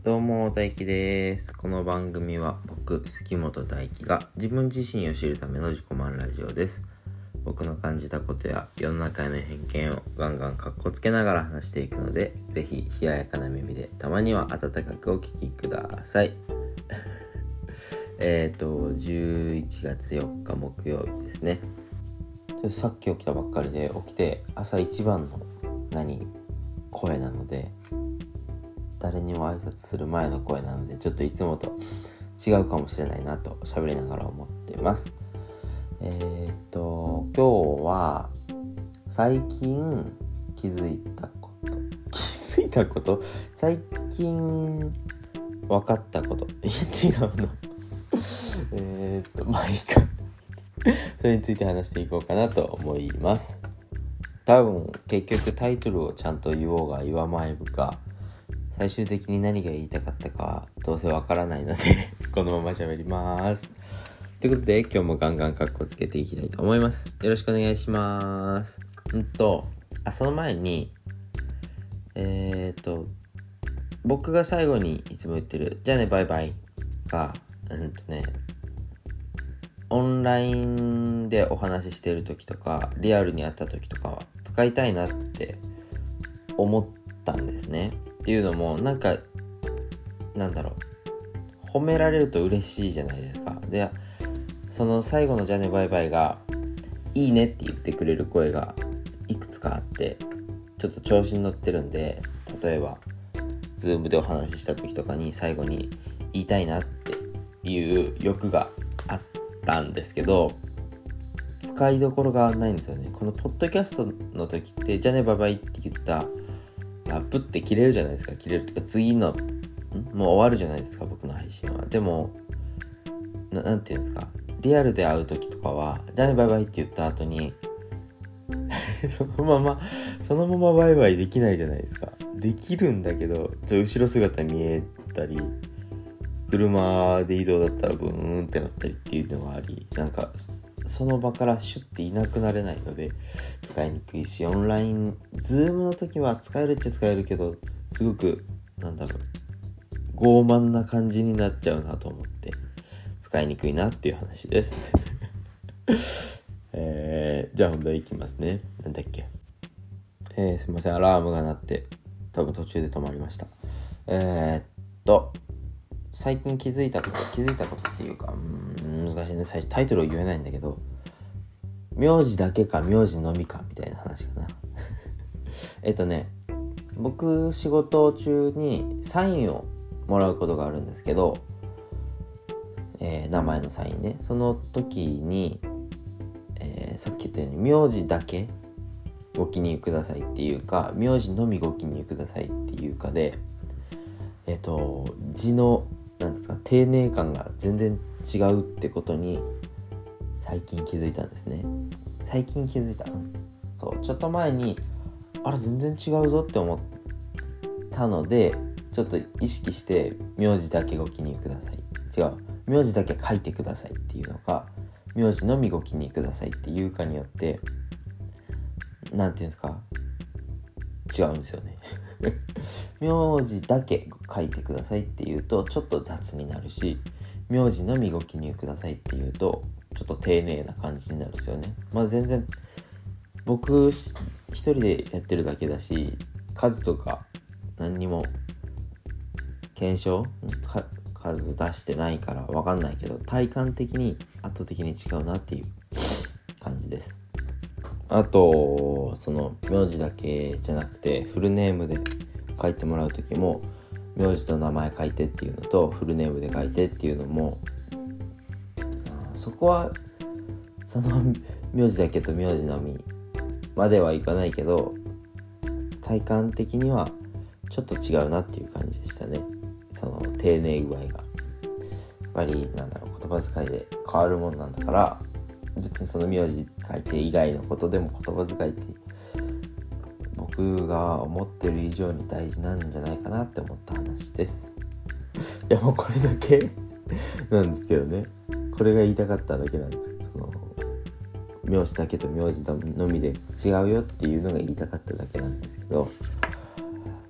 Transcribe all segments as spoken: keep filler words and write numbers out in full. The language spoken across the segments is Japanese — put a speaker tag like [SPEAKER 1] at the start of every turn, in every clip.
[SPEAKER 1] どうも大輝です。この番組は僕杉本大輝が自分自身を知るための自己満ラジオです。僕の感じたことや世の中への偏見をガンガンカッコつけながら話していくので、ぜひ冷ややかな耳でたまには温かくお聞きください。えっとじゅういちがつよっか木曜日ですね。さっき起きたばっかりで、起きて朝一番の何声なので、誰にも挨拶する前の声なので、ちょっといつもと違うかもしれないなと喋りながら思っています。えー、っと今日は最近気づいたこと気づいたこと最近分かったこといや違うのえーっとまあいいかそれについて話していこうかなと思います。多分結局タイトルをちゃんと言おうが言わないか、最終的に何が言いたかったかはどうせわからないのでこのまま喋ります。ということで今日もガンガンカッコつけていきたいと思います。よろしくお願いします。うんとあその前にえー、っと僕が最後にいつも言ってるじゃあねバイバイがうんとねオンラインでお話ししてる時とかリアルに会った時とかは使いたいなって思ったんですね。っていうのもなんかなんだろう褒められると嬉しいじゃないですか。でその最後のじゃあねバイバイがいいねって言ってくれる声がいくつかあって、ちょっと調子に乗ってるんで、例えばズームでお話しした時とかに最後に言いたいなっていう欲があったんですけど、使いどころがないんですよね。このポッドキャストの時ってじゃあねバイバイって言ったラップって切れるじゃないですか。切れるっていうか次のんもう終わるじゃないですか、僕の配信は。でも な, なんていうんですかリアルで会う時とかはじゃあねバイバイって言った後にそのままそのままバイバイできないじゃないですか。できるんだけど後ろ姿見えたり、車で移動だったらブーンってなったりっていうのがあり、なんかその場からシュッていなくなれないので使いにくいし、オンラインズームの時は使えるっちゃ使えるけど、すごくなんだろう傲慢な感じになっちゃうなと思って使いにくいなっていう話です、えー、じゃあ本題いきますね。なんだっけえー、すいませんアラームが鳴って多分途中で止まりました。えー、っと最近気づいたこと気づいたことっていうか、うーん難しいね。最初タイトルを言えないんだけど、名字だけか名字のみかみたいな話かなえっとね僕仕事中にサインをもらうことがあるんですけど、えー、名前のサインね。その時に、えー、さっき言ったように名字だけご記入くださいっていうか、名字のみご記入くださいっていうかで、えっと字のなんですか丁寧感が全然違うってことに最近気づいたんですね。最近気づいたそうちょっと前にあれ全然違うぞって思ったので、ちょっと意識して名字だけご記入ください、違う名字だけ書いてくださいっていうのか、名字のみご記入くださいっていうかによってなんていうんですか違うんですよね名字だけ書いてくださいっていうとちょっと雑になるし、名字のみご記入くださいっていうとちょっと丁寧な感じになるんですよね。まあ全然僕一人でやってるだけだし、数とか何にも検証か数出してないから分かんないけど、体感的に圧倒的に違うなっていう感じです。あとその名字だけじゃなくてフルネームで書いてもらう時も、名字と名前書いてっていうのとフルネームで書いてっていうのも、そこはその名字だけと名字のみまではいかないけど、体感的にはちょっと違うなっていう感じでしたね。その丁寧具合がやっぱりなんだろう言葉遣いで変わるもんなんだから、別にその名字書いて以外のことでも言葉遣いって僕が思ってる以上に大事なんじゃないかなって思った話です。いやもうこれだけなんですけどね、これが言いたかっただけなんですけど、その名字だけと名字のみで違うよっていうのが言いたかっただけなんですけど、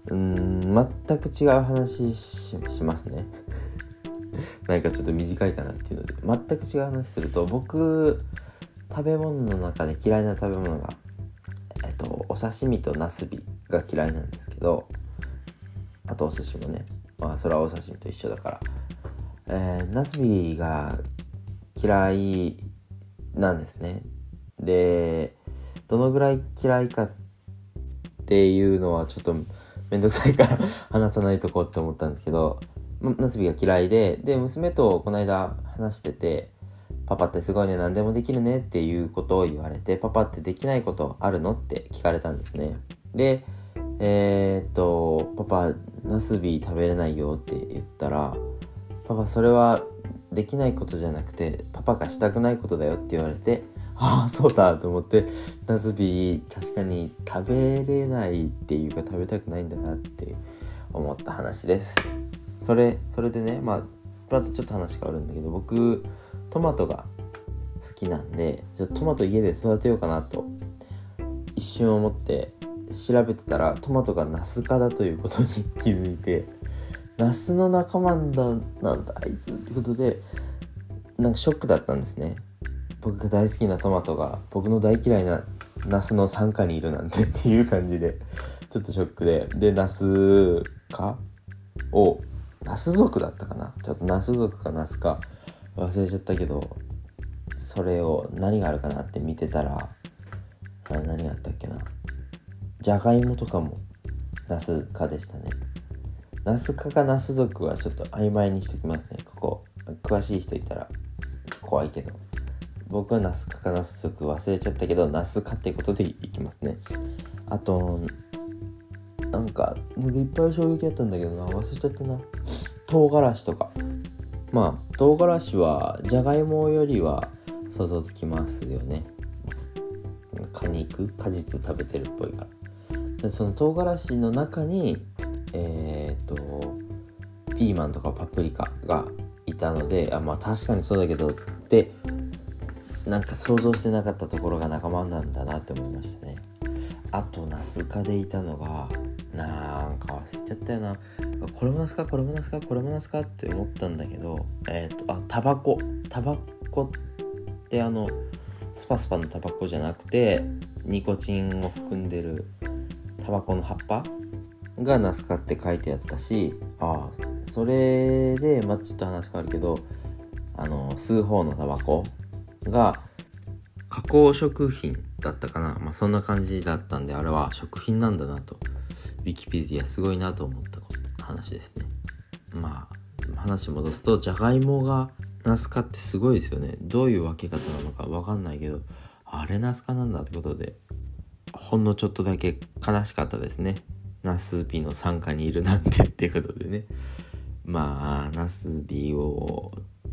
[SPEAKER 1] うーん全く違う話 し, しますねなんかちょっと短いかなっていうので全く違う話すると、僕食べ物の中で嫌いな食べ物がえっとお刺身とナスビが嫌いなんですけど、あとお寿司もね、まあそれはお刺身と一緒だから、えー、ナスビが嫌いなんですね。でどのぐらい嫌いかっていうのはちょっとめんどくさいから話さないとこって思ったんですけど、ナスビが嫌いで、で娘とこの間話してて、パパってすごいね、何でもできるねっていうことを言われて、パパってできないことあるのって聞かれたんですね。でえー、っとパパナスビ食べれないよって言ったら、パパそれはできないことじゃなくてパパがしたくないことだよって言われて、ああそうだと思って、ナスビ確かに食べれないっていうか食べたくないんだなって思った話です。それそれでね、まあまたちょっと話変わるんだけど、僕トマトが好きなんで、ちょっとトマト家で育てようかなと一瞬思って調べてたら、トマトがナス科だということに気づいて、ナスの仲間なんだなんだあいつってことで、なんかショックだったんですね。僕が大好きなトマトが僕の大嫌いなナスの傘下にいるなんてっていう感じでちょっとショックで、でナス科をナス族だったかな、ちょっとナス族かナスか忘れちゃったけど、それを何があるかなって見てたら、あ何があったっけな、じゃがいもとかもナス科でしたね。ナス科かナス族はちょっと曖昧にしておきますね。ここ詳しい人いたら怖いけど、僕はナス科かナス族忘れちゃったけど、ナス科ってことでいきますね。あとなんかいっぱい衝撃あったんだけどな、忘れちゃったな。唐辛子とか、まあ唐辛子はじゃがいもよりは想像つきますよね。果肉果実食べてるっぽいから。でその唐辛子の中にえー、っとピーマンとかパプリカがいたので、あまあ確かにそうだけどってなんか想像してなかったところが仲間なんだなって思いましたね。あとナス科でいたのがなんか忘れちゃったよな。これもナスかこれもナスかこれもナスかって思ったんだけど、えー、っとあタバコタバコってあのスパスパのタバコじゃなくてニコチンを含んでるタバコの葉っぱがナス科って書いてあったし、ああそれでまあちょっと話変わるけど、あの吸う方のタバコが加工食品だったかな、まあそんな感じだったんで、あれは食品なんだなと、ウィキペディアすごいなと思った話ですね。まあ話戻すと、じゃがいもがナス科ってすごいですよね。どういう分け方なのか分かんないけど、あれナス科なんだってことで、ほんのちょっとだけ悲しかったですね。ナスビの傘下にいるなんてってことでね。まあナスビを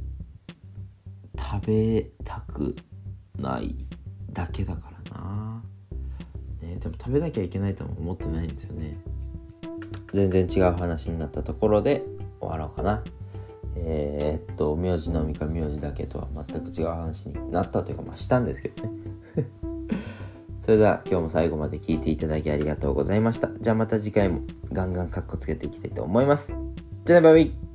[SPEAKER 1] 食べたくないだけだからな、ね、でも食べなきゃいけないとも思ってないんですよね。全然違う話になったところで終わろうかな。えー、っと名字のみか名字だけとは全く違う話になったというか、まあしたんですけどねそれでは今日も最後まで聞いていただきありがとうございました。じゃあまた次回もガンガンカッコつけていきたいと思います。じゃあねバイバイ。